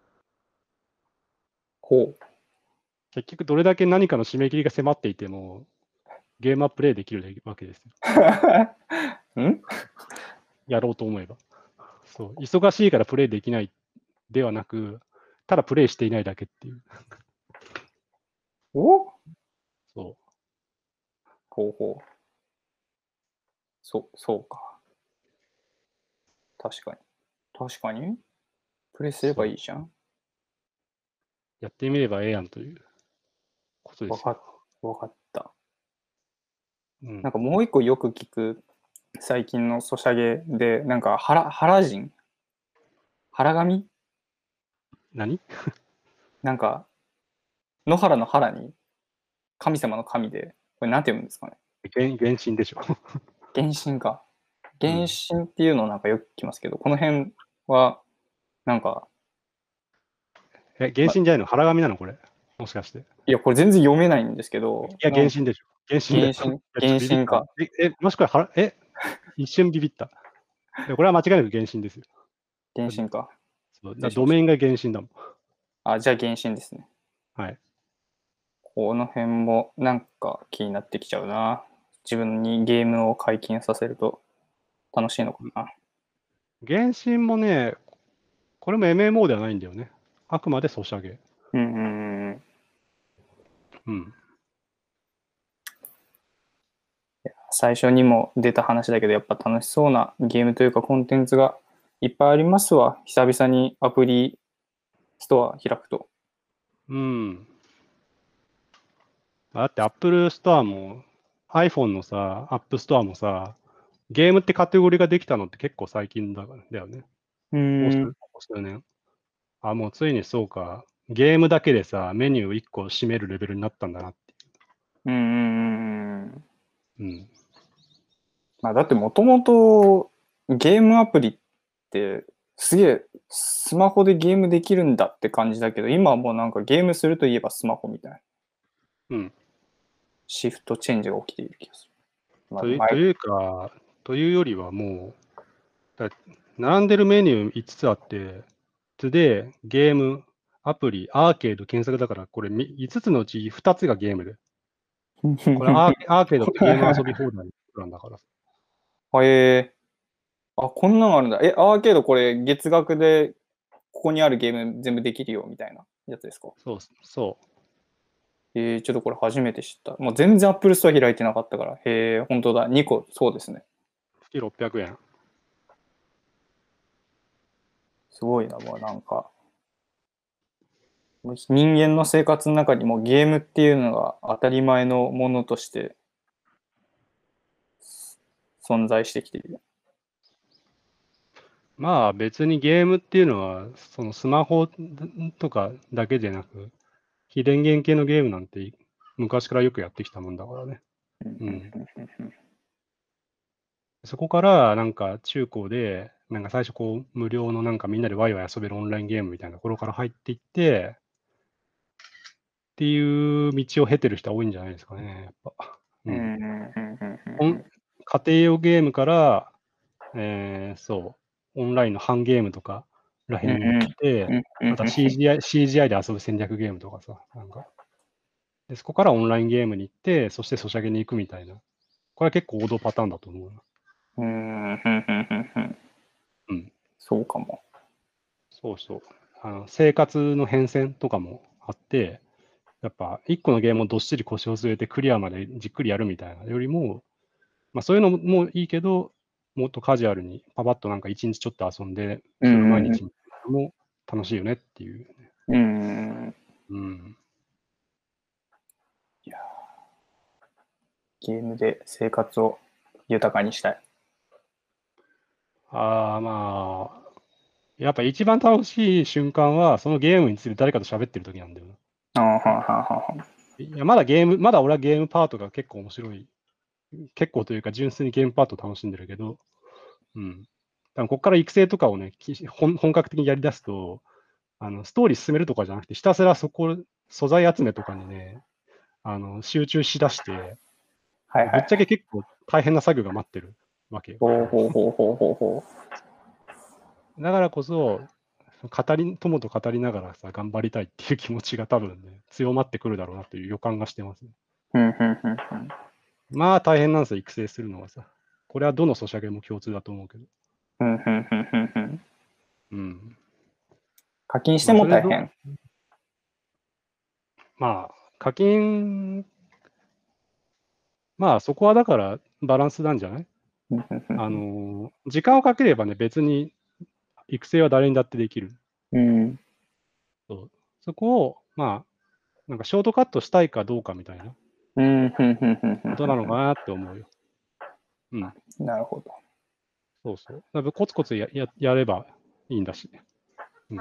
ほう。 結局、どれだけ何かの締め切りが迫っていても、ゲームはプレイできるわけですよ。 んやろうと思えば。そう。忙しいからプレイできないではなく、ただプレイしていないだけっていう。 おそほうほう。そ、そうか。確かに。確かに。プレイすればいいじゃん。 やってみればええやんということですよ。 わかっ、わかった。 うん、 なんかもう一個よく聞く最近のソシャゲで、なんか原、原人原神何なんか、野原の原に神様の神で、これなんて読むんですかね？ 原原神でしょ。 原神か。 うん、 原神っていうのなんかよく聞きますけど、この辺は、なんか、 え、原ま、 神じゃないの原神なのこれ。もしかして。 いや、これ全然読めないんですけど、 いや、 なん原神でしょ。原神だよ。 原神、 いや、ちょっ原とビビった。 神か。 え、えもしくは原、え、一瞬ビビった。でこれは間違いなく原神ですよ。 原神か。 そうだ失礼しましドメインが原神だもん。 た。あ、じゃあ原神ですね。 はい。 この辺もなんか気になってきちゃうな。自分にゲームを解禁させると楽しいのかな。 原神もね、これも エムエムオー ではないんだよね。あくまでソシャゲ。 うんうんうん。 うん。 最初にも出た話だけど、やっぱ楽しそうなゲームというかコンテンツがいっぱいありますわ。久々にアプリストア開くと。 うん。だって Apple ストアも iPhone のさ、App Store もさ、ゲームってカテゴリーができたのって結構最近だだよね。 うここ数ーん。 ここ数年。あ、もうついにそうか。ゲームだけでさ、メニューいっこ占めるレベルになったんだなっていうんうんうんうん。 う。うん。 まあだってもともとゲームアプリってすげえスマホでゲームできるんだって感じだけど、今はもうなんかゲームするといえばスマホみたいなうん。 シフトチェンジが起きている気がする。まあ、 という前というか、というよりはもう、だ並んでるメニューいつつあって、で、ゲーム、アプリ、アーケード検索だから、これみいつつのうちふたつがゲームで。これアーケアーケードってゲーム遊び放題のプランだからさ。 えー、あ、こんなのあるんだ。え、アーケードこれ月額でここにあるゲーム全部できるよみたいなやつですか？ そうそえー、ちょっとこれ初めて知った。もう全然 Apple Store 開いてなかったから。へえ、本当だ。にこ、そうですね。 う。月ろっぴゃくえん。 すごいな、もうなんか。人間の生活の中にもゲームっていうのが当たり前のものとして存在してきている。 まあ別にゲームっていうのは、そのスマホとかだけでなく、非電源系のゲームなんて昔からよくやってきたもんだからね。うん。そこからなんか中高で、なんか最初こう無料のなんかみんなでワイワイ遊べるオンラインゲームみたいなところから入っていって、っていう道を経てる人は多いんじゃないですかね、やっぱ。うん。オン家庭用ゲームから、えーそう、オンラインのハンゲームとからへんに行って、また シージーアイ、シージーアイ で遊ぶ戦略ゲームとかさ、なんか。で、そこからオンラインゲームに行って、そしてソシャゲに行くみたいな。これは結構王道パターンだと思うな。 うん、ふんふんふんふん。 うん。 そうかも。 そうそう。あの生活の変遷とかもあって、やっぱ一個のゲームをどっしり腰を据えてクリアまでじっくりやるみたいなよりも、まあそういうのもいいけど、もっとカジュアルにパパッとなんか一日ちょっと遊んで、 うそれを毎ん、 日も楽しいよねっていう。 うん。 うん。 いや、ゲームで生活を豊かにしたい。 ああ、まあ、やっぱ一番楽しい瞬間は、そのゲームについて誰かと喋ってる時なんだよな。 あはははは。 いや、まだゲーム、まだ俺はゲームパートが結構面白い。結構というか、純粋にゲームパートを楽しんでるけど、うん。多分ここから育成とかをね、き本本格的にやり出すと、あの、ストーリー進めるとかじゃなくて、ひたすらそこ、素材集めとかにね、あの、集中しだして、 はいはい。 ぶっちゃけ結構大変な作業が待ってるわけよ。 ほうほうほうほうほうほだからこそ、語り、友と語りながらさ、頑張りたいっていう気持ちが多分ね、強まってくるだろうなという予感がしてますね。 う。ふんふんふんふん。 まあ大変なんですよ、育成するのはさ。これはどのソシャゲも共通だと思うけど。 ふんふんふんふんふん。 うん。 課金してまあ、それど、 も大変。 まあ、課金、まあそこはだからバランスなんじゃない？ ふんふんふんあのー、時間をかければね、別に育成は誰にだってできる。 うん。 そう。そこを、まあ、なんかショートカットしたいかどうかみたいなうん、ふんふんふんふんふことなのかなって思うよ。うん。 ん。なるほど。 そうそう。だからコツコツやややればいいんだし。うん。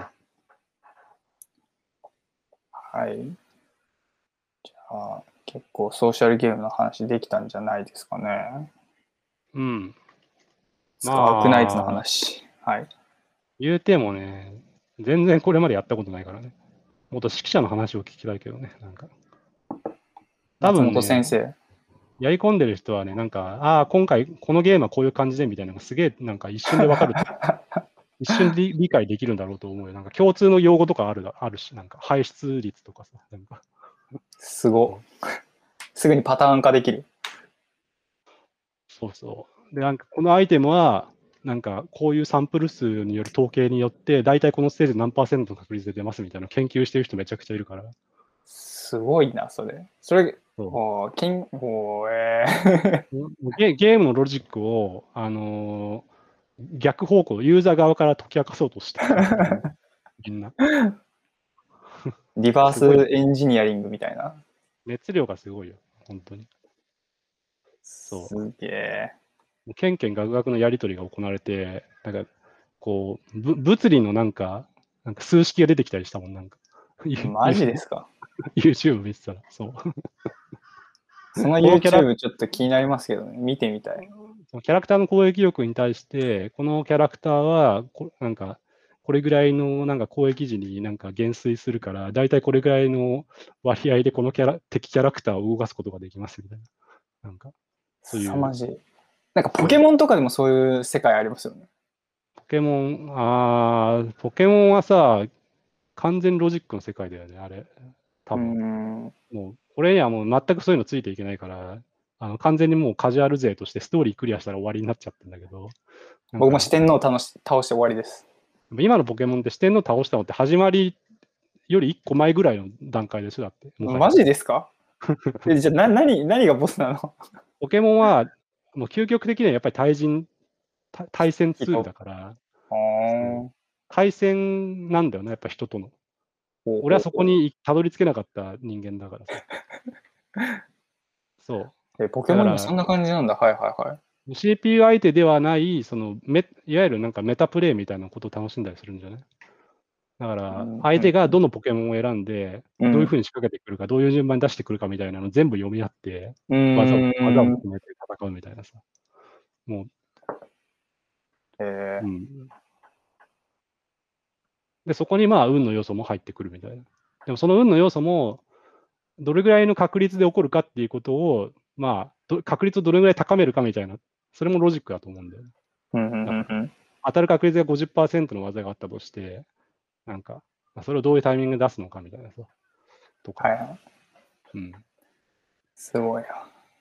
はい。じゃあ、結構ソーシャルゲームの話できたんじゃないですかね。 うん。 スカークナイツのまあ、 話。はい。 言うてもね、全然これまでやったことないからね。もっと指揮者の話を聞きたいけどね、なんか。多松分ね、 本先生。 やり込んでる人はね、なんか、ああ、今回このゲームはこういう感じでみたいなのがすげえ、なんか一瞬でわかると。一瞬で理解できるんだろうと思うよ。なんか共通の用語とかあるあるし、なんか排出率とかさ、なんか。 すご。すぐにパターン化できる。 そうそう。で、なんかこのアイテムは、なんかこういうサンプル数による統計によって、大体このステージ何パーセントの確率で出ますみたいな研究してる人めちゃくちゃいるから。 すごいな、それ。それ、 そおー、金、おー、えーうゲゲームのロジックを、あのー逆方向、ユーザー側から解き明かそうとしてるからみんな。 リバーすごい。 スエンジニアリングみたいな。 熱量がすごいよ、本当に。 そすげえ。 う。ケンケンガクガクのやり取りが行われて、なんか、こう、ぶ物理のなんか、なんか数式が出てきたりしたもん、なんか。 マジですか？ YouTube 見てたら、そう。 そのこのキャラ YouTube ちょっと気になりますけどね。見てみたい。 そのキャラクターの攻撃力に対して、このキャラクターはこ、なんか、これぐらいのなんか攻撃時になんか減衰するから、だいたいこれぐらいの割合でこのキャラ敵キャラクターを動かすことができますみたいな。なんか、そういう。 凄まじい。なんかポケモンとかでもそういう世界ありますよね。 ポケモン、あー、ポケモンはさ、完全ロジックの世界だよね、あれ。多うー分。 ん。 もう、俺にはもう全くそういうのついていけないから、あの完全にもうカジュアル勢としてストーリークリアしたら終わりになっちゃったんだけど、なん僕もか、 四天王を倒し倒して終わりです。 今のポケモンって四天王倒したのって始まりよりいっこまえぐらいの段階でしょ、だって。もはやマジですか？え、じゃあな何、何がボスなの？ ポケモンは、もう究極的にはやっぱり対人、対対戦ツール人。 だから、 あそうー。 対戦なんだよね、やっぱ人との。 ほう俺はそこほうほにたどり着けなかった人間だからさ。そう。 う。え、ポケだから、 モンもそんな感じなんだ。はいはいはい。 シーピーユー 相手ではない、そのメいわゆるなんかメタプレイみたいなことを楽しんだりするんじゃないだかうら、 ん相手がどのポケモンを選んで、 うん。 どういうふうに仕掛けてくるか、どういう順番に出してくるかみたいなのを全部読み合って、 う技を、技をーん。 決めて戦うみたいなさ。もう、 えー、 うん。で、そこにまあ、運の要素も入ってくるみたいな。でも、その運の要素も、どれぐらいの確率で起こるかっていうことを、まあ、ど確率をどれぐらい高めるかみたいな、それもロジックだと思うんだよね。 うんうんうだからんうん。 当たる確率がごじゅっパーセントの技があったとして、なんか、まあそれをどういうタイミングで出すのかみたいなさ、とか。 はいはい。 うん。 すごいな。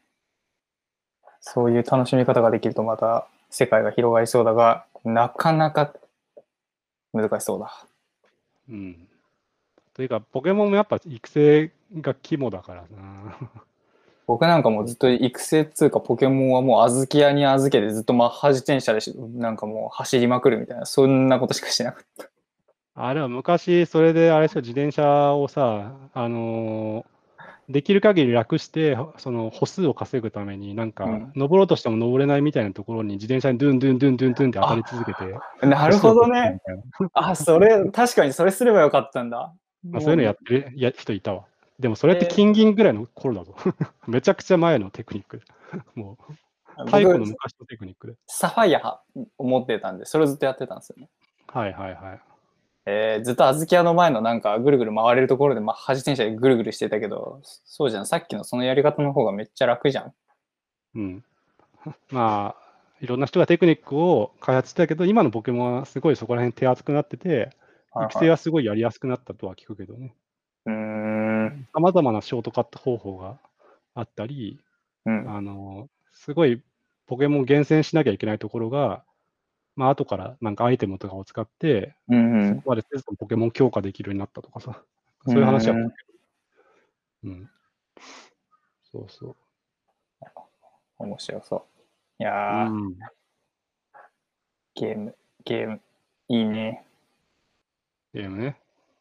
そういう楽しみ方ができるとまた世界が広がりそうだが、なかなか難しそうだ。 うん。というか、ポケモンもやっぱ育成が肝だからな。 僕なんかもうずっと育成っつうかポケモンはもう小豆屋に預けてずっとマッハ自転車でしなんかもう走りまくるみたいな、そんなことしかしてなくて。 あれは昔、それであれでしょ、自転車をさ、あのーできる限り楽して、その歩数を稼ぐために、なんか、 うん。 登ろうとしても登れないみたいなところに自転車にドゥンドゥンドゥンドゥンドゥンって当たりあ、 続けて、 なる歩数を稼ほどね。 ぐみたいな。 あ、それ、確かにそれすればよかったんだ。 まあ、そういうのもうな、 やってるや人いたわ。でもそれってえ金銀ぐらいの頃だぞ。めちゃくちゃ前のテクニックで。もう、 ー、 太古僕、 の昔のテクニックで。 サファイアを持ってたんで、それをずっとやってたんですよね。 はいはいはい。 えーずっと小豆屋の前のなんかぐるぐる回れるところでマッハ自転車でぐるぐるしてたけど、そうじゃん。さっきのそのやり方の方がめっちゃ楽じゃん。 うん。まあ、いろんな人がテクニックを開発してたけど、今のポケモンはすごいそこら辺手厚くなってて、育成はいははすごいやりやすくなったとは聞くけどね。 い。うーん。 さまざまなショートカット方法があったり、 うん。 あの、すごいポケモンを厳選しなきゃいけないところが、まあ、後からなんかアイテムとかを使って、 うんそこまでせずともポケモン強化できるようになったとかさ、 うそういう話は聞ん。うーん。 くけど、うん、そうそ面白そう。いう。うやー、 ん、 ゲーム、ゲーム、いいね。 ゲームね。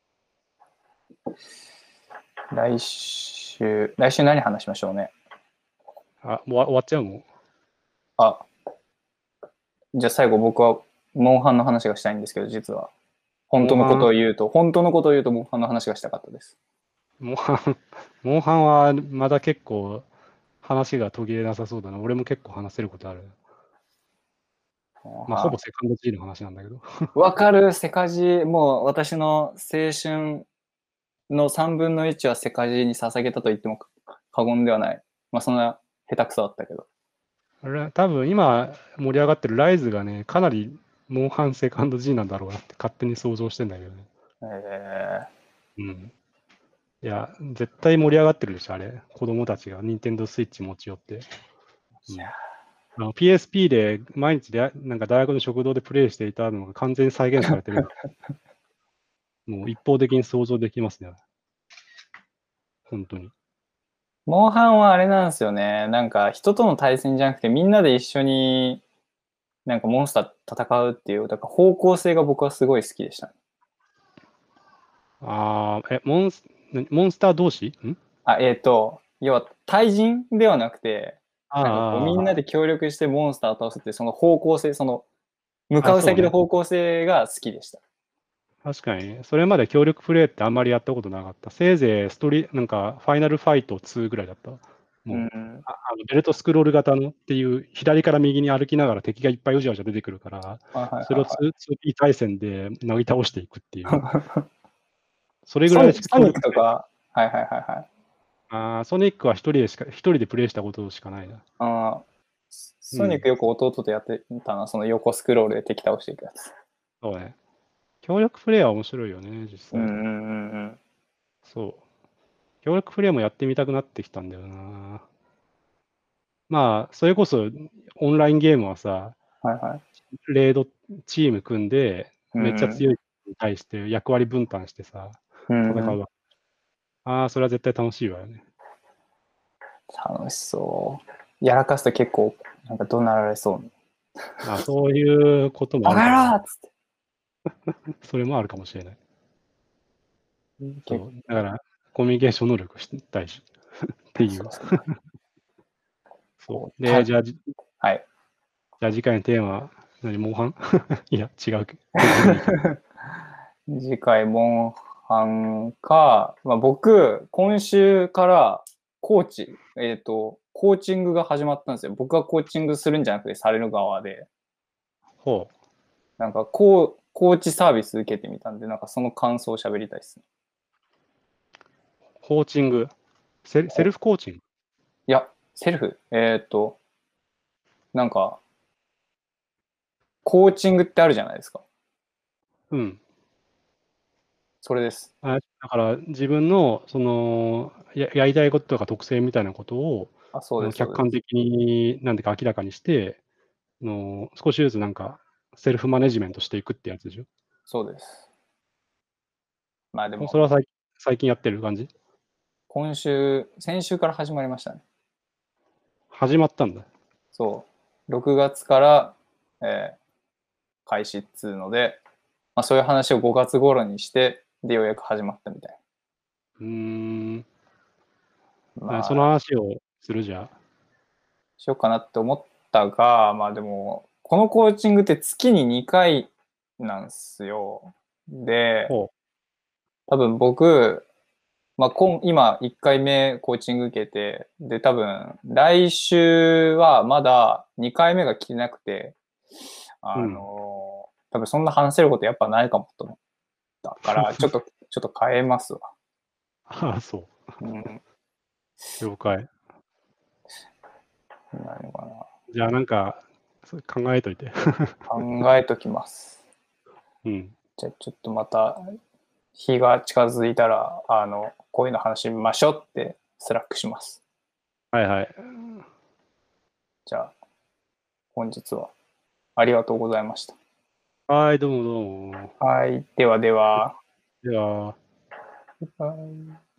来週、来週何話しましょうね。 あ、もう終わっちゃうのあ、じゃあ最後僕はモンハンの話がしたいんですけど、実は。本当のことモンハン、 を言うと、本当のことを言うとモンハンの話がしたかったです。 モンハン、モンハンはまだ結構話が途切れなさそうだな。俺も結構話せることある。まあ、ほぼセカンド G の話なんだけど。 わかる、セカジ、もう私の青春のさんぶんのいちはセカジに捧げたと言っても過言ではない。まあそんな下手くそだったけど。 あれ多分今盛り上がってるライズがね、かなりモンハンセカンド G なんだろうなって勝手に想像してんだけどね。 えうん。いや、絶対盛り上がってるでしょ、あれ。子供たちが任天堂スイッチ持ち寄って。 ー、いやあの ピーエスピー で毎日でなんか大学の食堂でプレイしていたのが完全に再現されてる。もう一方的に想像できますね。本当に。 モンハンはあれなんですよね。なんか人との対戦じゃなくてみんなで一緒になんかモンスター戦うっていう、だから方向性が僕はすごい好きでしたね。 ああ、え、モンス、モンスター同士んあ、えっ、ー、と、要は対人ではなくて、 なんかこうああ、 みんなで協力してモンスターを倒すって、その方向性、その向かあ、そうね。 う先の方向性が好きでした。 確かに、それまで協力プレイってあんまりやったことなかった。せいぜいストリ、なんか、ファイナルファイトツーぐらいだった。もう、 うん。 ああのベルトスクロール型のっていう、左から右に歩きながら敵がいっぱいうじゃうじゃ出てくるから、 はいはいそれをはツーピー 対戦でなぎ倒していくっていう、 いはい。 それぐソニらいしかソニック協力プレイ。 とか、はいはいはいはい。 ああ、ソニックは一人でしか、一人でプレイしたことしかないな。 あーソニッうん。 クよく弟とやってたな、その横スクロールで敵倒していくやつ。 そうね。協力プレイは面白いよね、実際。 うんうんうんうん。 そう。協力プレイもやってみたくなってきたんだよな。まあ、それこそオンラインゲームはさ、 はいはい。 レードチーム組んで、めっちゃうん強い人に対して役割分担してさ、 うんうん。 戦うわ。ああ、それは絶対楽しいわよね。 楽しそう。やらかすと結構、なんか怒鳴られそうに。 あそういうこともあバカるかもね。 野郎っつって。 それもあるかもしれない。 結そう。だから、コミュニケーション能力大事っていう。 構そうですね。こそう。 うたで、じゃあ、じはい。 じゃあ次回のテーマは、何、モンハンいや、違うけど。別でいいけど。 次回、モンハンか、まあ、僕、今週からコーチ、えっ、と、コーチングが始まったんですよ。僕がコーチングするんじゃなくて、される側で、 ほう。 なんかコー、コーチサービス受けてみたんで、なんかその感想を喋りたいですね。 コーチング。セルセルフコーチング。 いや、セルフ、えっ、と、なんか、コーチングってあるじゃないですか。 うん。 それです。 あだから、自分の、その、ややりたいこととか特性みたいなことを、 あ、そうです、そあの客うです。 観的になんていうか明らかにして、あの少しずつなんか、セルフマネジメントしていくってやつでしょ。 そうです。まあでも、 それは最最近やってる感じ？ 今週、先週から始まりましたね。 始まったんだ。 そう。ろくがつから、えー開始っつうので、まあ、そういう話をごがつ頃にして、で、ようやく始まったみたいうーん。 な。 あそのまあ、 話をするじゃ。 しようかなって思ったが、まあでも、このコーチングって月ににかいなんすよ。で、 ほ多分僕、まあ、今今いっかいめコーチング受けて、で、多分来週はまだにかいめが来てなくて、 う。うあん。 の、多分そんな話せることやっぱないかもと思ったから、ちょっと、ちょっと変えますわ。 ああ、そうん、 う。了解。 何かな。 じゃあなんか、それ考えといて。 考えときます。 うん。 じゃあちょっとまた日が近づいたら、あの、こういうの話しましょうってスラックします。 はいはい。 じゃあ本日はありがとうございました。 はい、どうもどうも。 はい。ではでは。 では。 はい